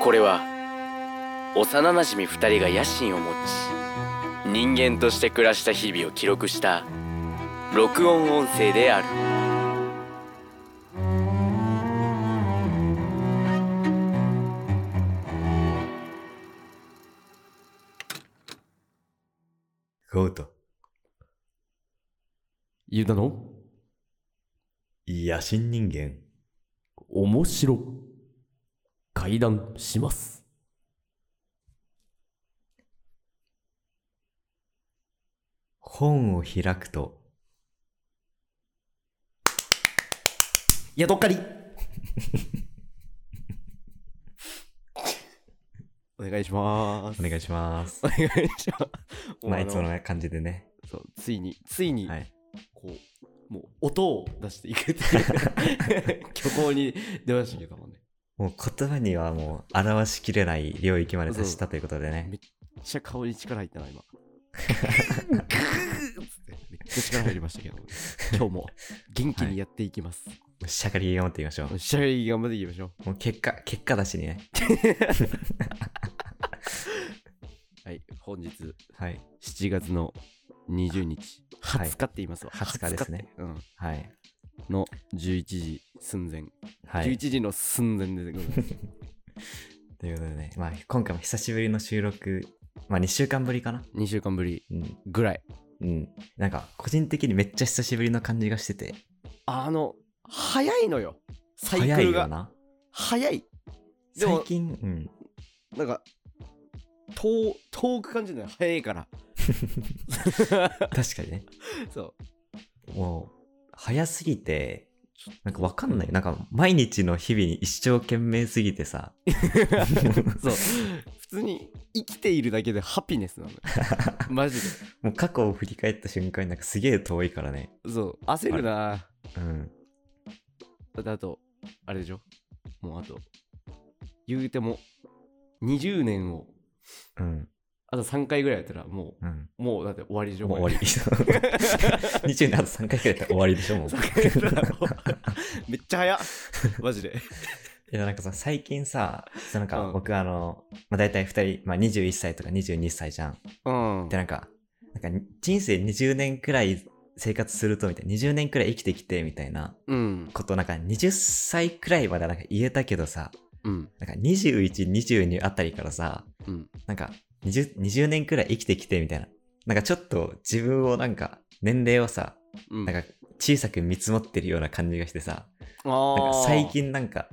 これは幼なじみ2人が野心を持ち人間として暮らした日々を記録した録音音声である。 ゴート、 ゆうたの野心人間。 面白会談します。 本を開くとヤドカリお願いします。 お願いします。 お願いします。 まあいつもの感じでね。 そう、ついに、 はい、 こう、もう音を出していくっていう虚構に出ましたけどもね。 もう言葉にはもう表しきれない領域まで達したということでね。 めっちゃ顔に力入ったな、今。めっちゃ力入りましたけども、ね、今日も元気にやっていきます。 しゃがり頑張っていきましょう。 しゃがり頑張っていきましょう。もう結果出しにね。 はい、本日、 はい、 7月の20日、20日って言いますわ。 20日ですね。 うん。 はい。 の11時寸前。 はい。 11時の寸前でございます。 ということでね、まあ今回も久しぶりの収録、まあ2週間ぶりかな。 2週間ぶりぐらい。 うん。なんか個人的にめっちゃ久しぶりの感じがしてて。 早いのよ。サイクルが。 早いよな。 早い。でも最近、 なんか、遠く感じるのよ。早いから。 確かにね。 そう。 もう、早すぎて、なんかわかんない。なんか毎日の日々に一生懸命すぎてさ。 そう。普通に生きているだけでハピネスなのよ。マジで。 もう過去を振り返った瞬間になんかすげえ遠いからね。 そう。焦るな。 うん。 あと、あれでしょ。もうあと、言うても、20年を、あと3回ぐらいやったらもうだって終わりでしょ。 もう終わり。20年あと3回ぐらいやったら終わりでしょ。もうめっちゃ早っ。マジで。 いやなんかさ、最近さ、なんか僕まあ、大体2人、まあ、21歳とか22歳じゃん。でなんか人生20年くらい生活するとみたいな、20年くらい生きてきてみたいなことなんか20歳くらいまでなんか言えたけどさ、なんか21、22あたりからさ、なんか20年くらい生きてきてみたいな、なんかちょっと自分をなんか年齢をさ、なんか小さく見積もってるような感じがしてさ、なんか最近なんか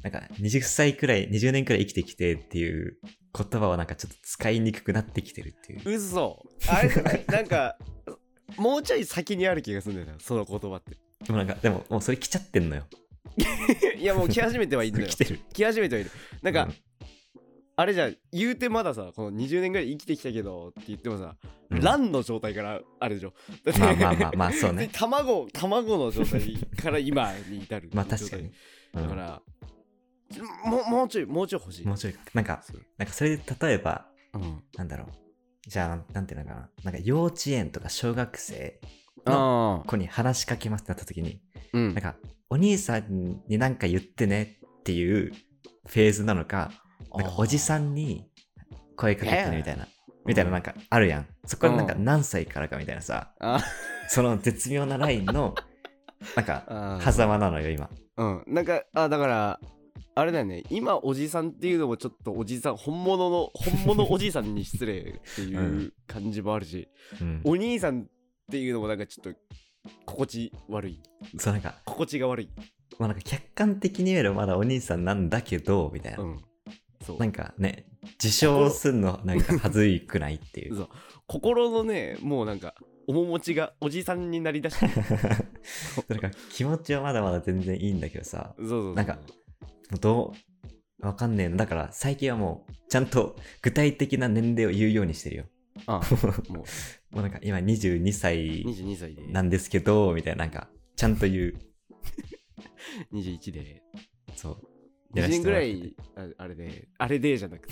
20歳くらい、20年くらい生きてきてっていう言葉はなんかちょっと使いにくくなってきてるっていう。 嘘。あれじゃないなんかもうちょい先にある気がするんだよな、その言葉って。 でももうそれ来ちゃってんのよ。 いやもう来始めてはいるのよ。来始めてはいる。なんか、あれじゃ言うてまださ、この20年ぐらい生きてきたけどって言ってもさ、卵の状態からあれでしょ。 まあそうね。 卵の状態から今に至る。 まあ確かに。 だからもうちょい欲しい。 もうちょいなんかそれで例えば、なんだろう。じゃあなんていうのかな。なんか幼稚園とか小学生の子に話しかけますってなった時に、なんかお兄さんに何か言ってねっていうフェーズなのか、なんかおじさんに声かけてねみたいななんかあるやん。そこはなんか何歳からかみたいなさ、その絶妙なラインのなんか狭間なのよ今。 なんかだからあれだよね、今おじさんっていうのもちょっとおじさん本物おじいさんに失礼っていう感じもあるし、お兄さんっていうのもなんかちょっと心地悪い。 そうなんか心地が悪い。 まあなんか客観的に言えばまだお兄さんなんだけどみたいな。そうなんかね、自称すんのなんか恥ずいくないっていう。 そう心のね、もうなんか面持ちがおじさんになりだしてなんか気持ちはまだまだ全然いいんだけどさ、なんかわかんねえのだから最近はもうちゃんと具体的な年齢を言うようにしてるよ。もうなんか今22歳なんですけどみたいな、なんかちゃんと言う。 21でそう 2年ぐらいあれでじゃなくて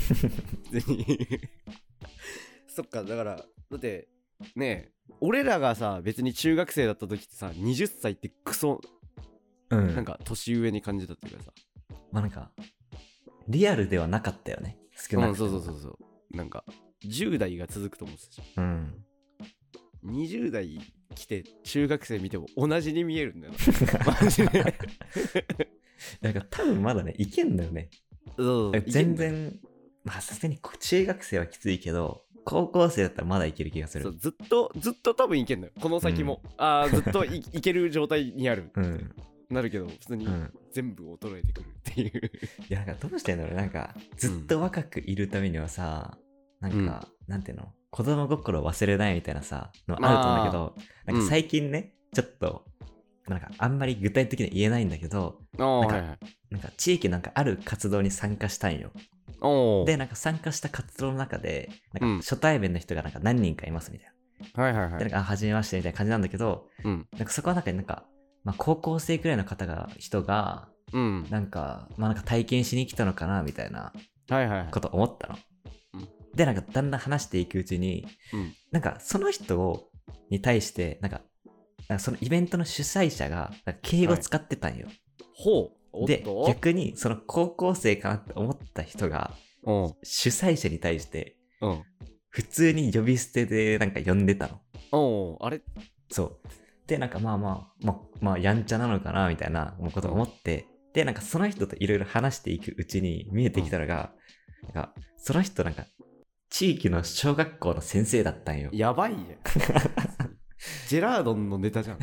そっか。だからだってね、俺らがさ別に中学生だった時ってさ20歳ってクソなんか年上に感じたっていうかさ、 まあなんかリアルではなかったよね。少なくとも。 そうなんか10代が続くと思ってたじゃん。20代来て中学生見ても同じに見えるんだよな。マジで。 なんか多分まだねいけんだよね。全然まあさすがに中学生はきついけど高校生だったらまだいける気がする。 ずっと多分いけんのよこの先も。ずっといける状態にある。なるけど普通に全部衰えてくるっていう。 いやなんかどうしてんだろう。なんかずっと若くいるためにはさ、なんか、なんていうの、子供心忘れないみたいなさのあると思うんだけど、なんか最近ね、ちょっとなんかあんまり具体的には言えないんだけど、なんか地域なんかある活動に参加したんよ。でなんか参加した活動の中でなんか初対面の人がなんか何人かいますみたいな。でなんか初めましてみたいな感じなんだけど、なんかそこはなんかまあ、高校生くらいの人が、なんかまあなんか体験しに来たのかなみたいなこと思ったの。でなんかだんだん話していくうちに、なんかその人に対してなんかそのイベントの主催者が敬語使ってたんよ。で逆にその高校生かなって思った人が主催者に対して普通に呼び捨てでなんか呼んでたの。 あれそうでなんかまあやんちゃなのかなみたいなことを思って、でなんかその人といろいろ話していくうちに見えてきたのが、なんかその人なんか地域の小学校の先生だったんよ。 やばいやん。ジェラードンのネタじゃん。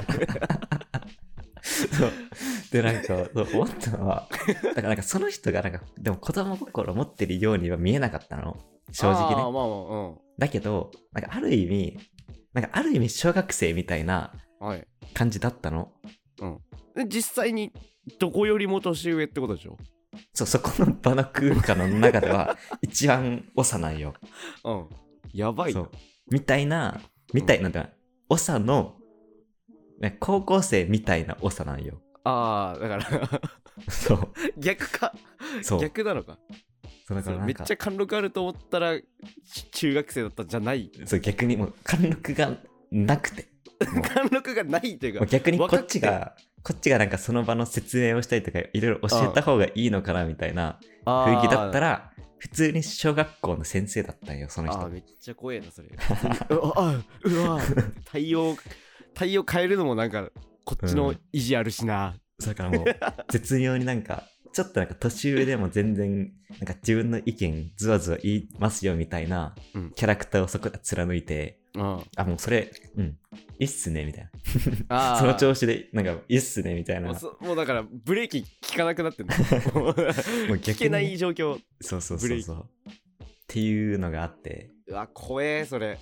そうでなんか思ったのはだからなんかその人がなんかでも子供心持ってるようには見えなかったの正直ね。だけどなんかある意味小学生みたいな感じだったの。 で実際にどこよりも年上ってことでしょ。 そこの場の空間の中では一番長なんよ。 やばいな。 みたいな長の高校生みたいな長なんよ。 だからそう逆か。逆なのか。 だからめっちゃ貫禄あると思ったら中学生だったんじゃない。 そう逆にもう貫禄がなくて貫禄がないというか逆にこっちがなんかその場の説明をしたりとかいろいろ教えた方がいいのかなみたいな雰囲気だったら普通に小学校の先生だったんよその人。 めっちゃ怖えなそれ。うわ対応変えるのもなんかこっちの意地あるしな。 だからもう絶妙になんかちょっとなんか年上でも全然なんか自分の意見ズワズワ言いますよみたいなキャラクターをそこで貫いて、もうそれいいっすねみたいな。その調子でなんかいいっすねみたいな。 もうだからブレーキ効かなくなってんの。もう聞けない状況。 そうっていうのがあって、 怖えそれ。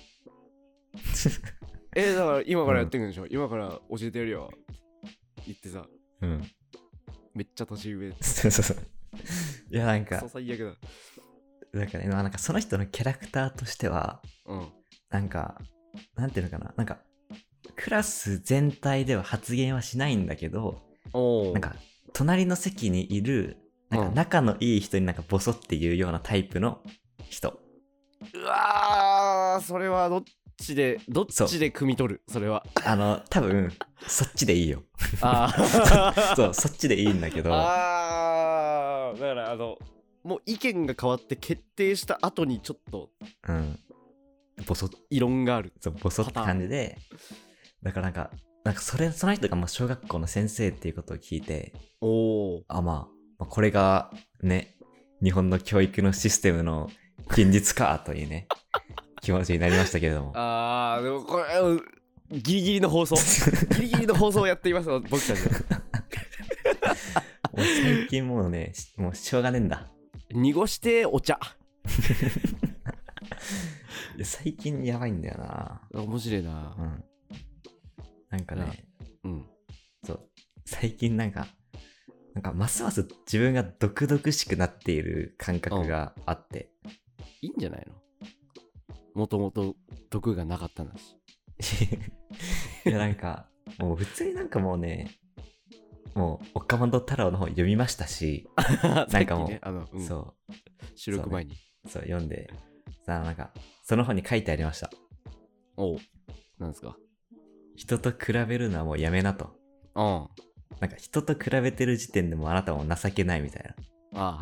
だから今からやってくんでしょ、今から教えてやるよ言ってさ、めっちゃ年上。 そういやなんか最悪だからね、なんかその人のキャラクターとしては、なんかなんていうのかな、なんかクラス全体では発言はしないんだけど、なんか隣の席にいるなんか仲のいい人になんかボソっていうようなタイプの人。 それはどっちで汲み取る。それは多分そっちでいいよ。そっちでいいんだけど、だからもう意見が変わって決定した後にちょっとボソッ異論がある。 ボソって感じで、だからなんかその人がまあ小学校の先生っていうことを聞いて、まあこれがね日本の教育のシステムの現実かというね気持ちになりましたけれども。 でもこれギリギリの放送をやっています僕たちは。 もう最近もうねもうしょうがねえんだ。 濁してお茶。 最近やばいんだよな。 面白いな。 なんかね、そう最近なんかますます自分が毒々しくなっている感覚があって、 いいんじゃないの？もともと毒がなかったんだし。 いやなんかもう普通になんかもうね、もう岡本太郎の本読みましたし、なんかもう、ね、 そう収録前にそう読んでさ、なんかその本に書いてありました。 なんですか？ 人と比べるのはもうやめなと。なんか人と比べてる時点でもあなたも情けないみたいな。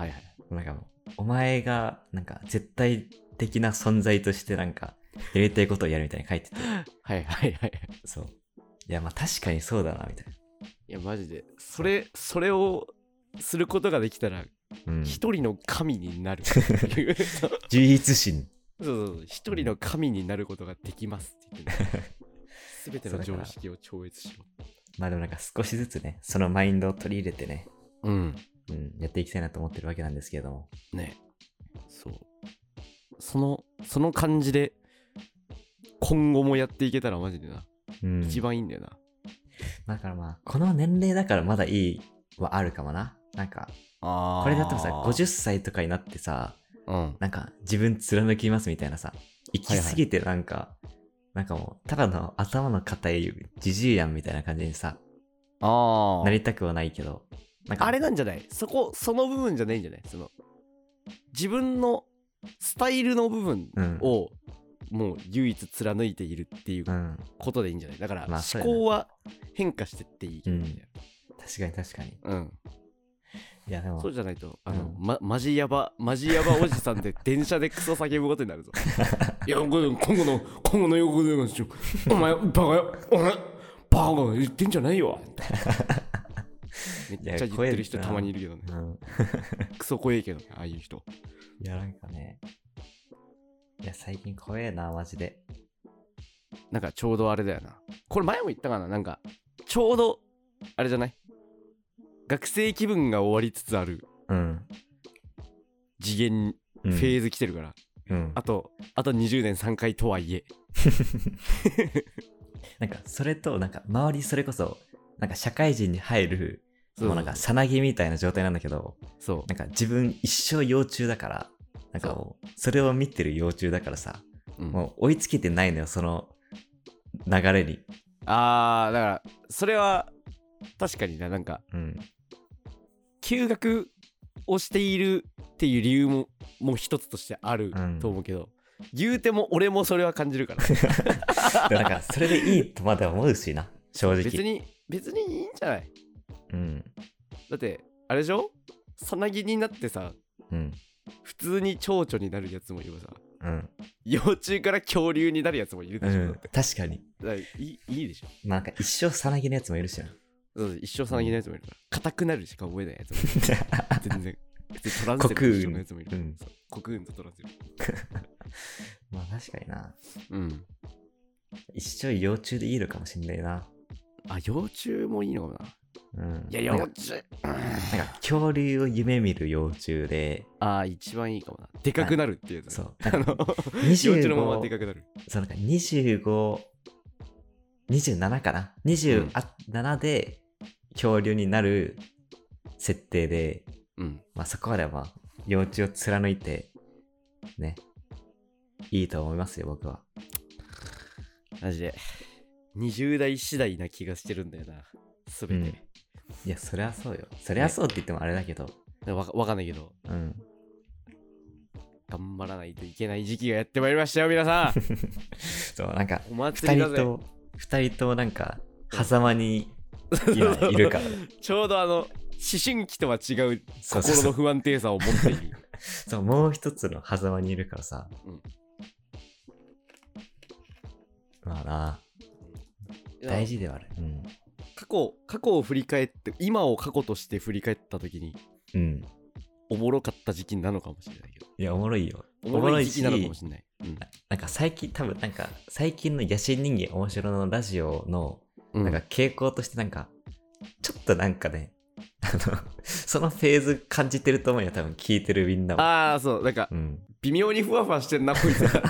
なんかお前がなんか絶対的な存在としてなんかやりたいことをやるみたいに書いててはいはいはい。 そう。いやまあ確かにそうだなみたいな。 いやマジでそれをすることができたら一人の神になるっていう自立心。 そう一人の神になることができますって言って、ね、全ての常識を超越しよう。 まあでもなんか少しずつねそのマインドを取り入れてねやっていきたいなと思ってるわけなんですけれどもね。そうその感じで今後もやっていけたらマジでな、一番いいんだよな。 だからまあこの年齢だからまだいいはあるかもな。なんかこれだとさ50歳とかになってさ、なんか自分貫きますみたいなさ行き過ぎてなんか、なんかもうただの頭の固いじじいやんみたいな感じにさなりたくはないけど、 なんかあれなんじゃない、その部分じゃないんじゃない、その自分のスタイルの部分を、もう唯一貫いているっていうことでいいんじゃない。だから、思考は変化してっていい、 確かに確かに。いやでもそうじゃないとマジヤバおじさんで電車でクソ叫ぶことになるぞ。いや今後の横でますよ。お前バカ言ってんじゃないよ。めっちゃ言ってる人たまにいるけどね。クソ怖いけどね、ああいう人。 いやなんかね、いや最近怖えなマジで。 なんかちょうどあれだよな、これ前も言ったかな、なんかちょうどあれじゃない、学生気分が終わりつつある次元フェーズ来てるから、あと20年3回とはいえなんかそれとなんか周りそれこそなんか社会人に入るもうなんかさなぎみたいな状態なんだけど、そうなんか自分一生幼虫だから、なんかもうそれを見てる幼虫だからさ、もう追いつけてないのよその流れに。 だからそれは確かにな、なんか、休学をしているっていう理由も一つとしてあると思うけど、言うても俺もそれは感じるからなんかそれでいいとまで思うしな、正直。 別にいいんじゃない。だってあれでしょ、さなぎになってさ、普通に蝶々になるやつもいればさ、幼虫から恐竜になるやつもいるでしょ、 確かにいいでしょ。 なんか一生さなぎのやつもいるしな。 一生さなぎのやつもいるから、硬くなるしか覚えないやつもいる全然トランセルと一緒のやつもいる。コクーンとトランセルまあ確かにな。一生幼虫でいいのかもしんないな。 幼虫もいいのかな。いや幼虫なんか恐竜を夢見る幼虫で一番いいかもな。でかくなるっていうやつ。 そう幼虫のままでかくなる。 そうなんか27かな、27で恐竜になる設定で、まあそこまではまあ幼虫を貫いてね、いいと思いますよ僕は。 マジで20代次第な気がしてるんだよな、すべて。 いやそりゃそうよ、そりゃそうって言ってもあれだけど、 わかんないけど、頑張らないといけない時期がやってまいりましたよ皆さん。 そうなんか2人となんか狭間に今いるからちょうど思春期とは違う心の不安定さを持っている。 そうもう一つの狭間にいるからさ、まあな、大事ではある。 過去を振り返って、今を過去として振り返った時に、おもろかった時期なのかもしれないけど。 いやおもろいよ。 おもろい時期なのかもしれない。 なんか最近多分なんか最近の野心人間面白のラジオのなんか傾向としてなんかちょっとなんかねそのフェーズ感じてると思うよ多分聞いてるみんなは。 そうなんか、微妙にふわふわしてんなこいつって。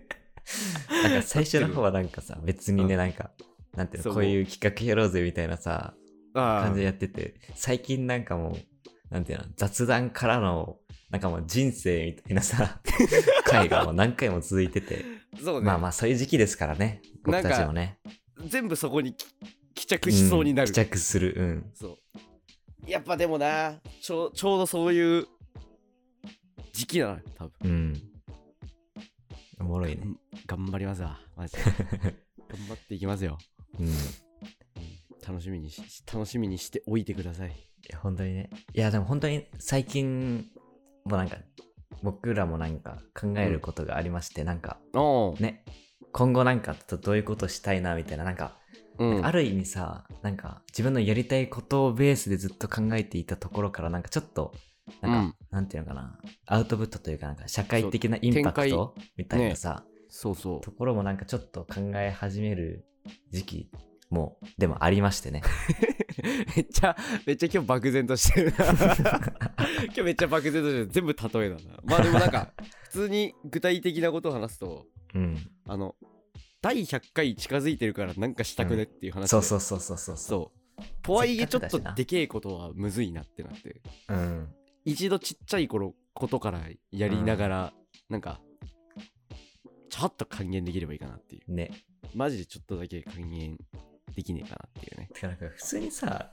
なんか最初の方はなんかさ別にね、なんかなんていうの、こういう企画やろうぜみたいなさ感じでやってて、最近なんかもうなんていうの、雑談からのなんかもう人生みたいなさ回がもう何回も続いてて、そうね、まあそういう時期ですからね僕たちもね、 全部そこに帰着しそうになる、 帰着する。 そうやっぱでもな、ちょうどそういう時期だな多分。 おもろいね。 頑張りますわマジで。頑張っていきますよ。楽しみにしておいてください。 や本当にね。いやでも本当に最近もなんか僕らもなんか考えることがありまして、なんかね、今後なんかどういうことしたいなみたいな、なんかある意味さ、なんか自分のやりたいことをベースでずっと考えていたところから、なんかちょっとなんか、なんていうのかな、アウトプットというか、なんか社会的なインパクトみたいなさ、 そうそうところもなんかちょっと考え始める時期もでもありましてね。 めっちゃ今日漠然としてるな。今日めっちゃ漠然としてる。全部例えだな。まあでもなんか普通に具体的なことを話すと、第100回近づいてるからなんかしたくねっていう話で、そうとはいえちょっとでけえことはむずいなってなって、一度ちっちゃいことからやりながら、なんかちょっと還元できればいいかなっていうね。 マジでちょっとだけ還元できねえかなっていうね。 てかなんか普通にさ、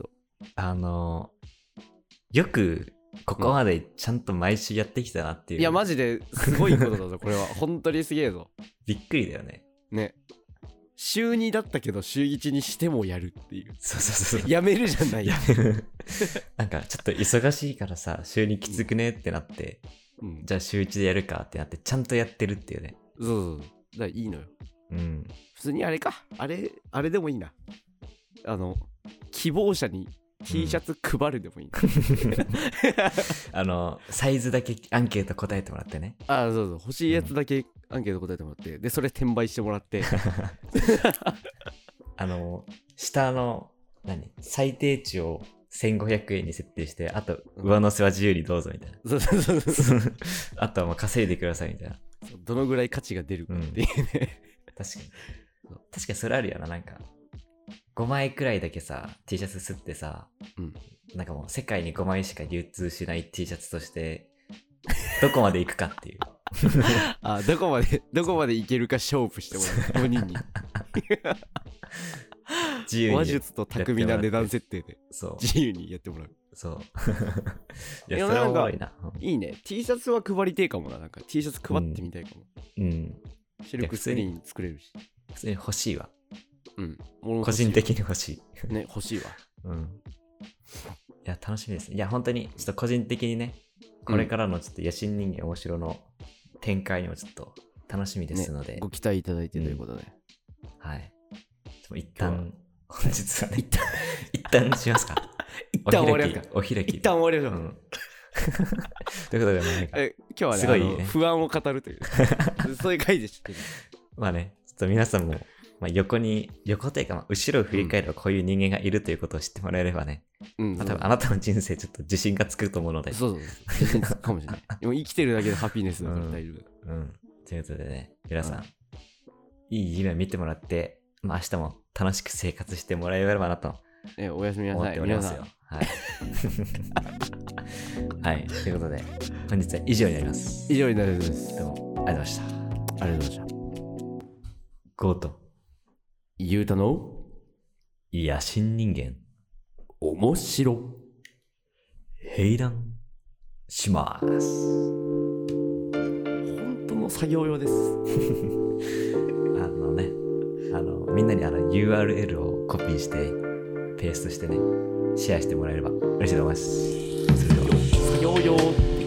よくここまでちゃんと毎週やってきたなっていう、 いやマジですごいことだぞこれは。本当にすげえぞ。 びっくりだよね。 ね、週2だったけど週1にしてもやるっていう。 そうやめるじゃない。 なんかちょっと忙しいからさ、週2きつくねってなって、じゃあ週1でやるかってなってちゃんとやってるっていうね。 そうだからいいのよ。普通にあれか、あれでもいいな。希望者に T シャツ配るでもいいな。サイズだけアンケート答えてもらってね。 そう欲しいやつだけアンケート答えてもらって、でそれ転売してもらって下の最低値を1500円に設定して、あと上乗せは自由にどうぞみたいな。あとはもう稼いでくださいみたいな。 どのぐらい価値が出るかっていうね。 確かにそれあるよな。なんか5枚くらいだけさ T シャツ吸ってさ、なんかもう世界に5枚しか流通しない T シャツとしてどこまで行くかっていうどこまでいけるか勝負してもらう。5人に自由に話術と巧みな値段設定で自由にやってもらう。 いやそれはおもろいな。 いいね。 T シャツは配りてえかもな。なんか T シャツ配ってみたいかも。シルクスクリーン作れるし。 普通に欲しいわ。 個人的に欲しい。 ね、欲しいわ。 いや楽しみですね。いや本当にちょっと個人的にね、これからのちょっと野心人間面白の展開にもちょっと楽しみですので、 ご期待いただいてということで、 はい。一旦本日はね一旦しますか。 一旦終わりますか。 お開き。 一旦終わりましょう。 ということでなんか今日はね、 すごいね不安を語るというそういう回でした。 まあね、ちょっと皆さんも横というか後ろを振り返ればこういう人間がいるということを知ってもらえればね、多分あなたの人生ちょっと自信がつくと思うので。 自信つくかもしれない。でも生きてるだけでハピネスだから大丈夫。ということでね、皆さん、いい夢を見てもらって、明日も楽しく生活してもらえればなとおやすみなさい。 思っておりますよ。はい。ということで、本日は以上になります。 以上になります。 どうもありがとうございました。 ありがとうございました。 ゴート。 ゆうたの野心人間。 面白。 閉壇します。 本当の作業用です。 みんなにURL をコピーして、ペーストしてね、シェアしてもらえれば嬉しいと思います。 作業用。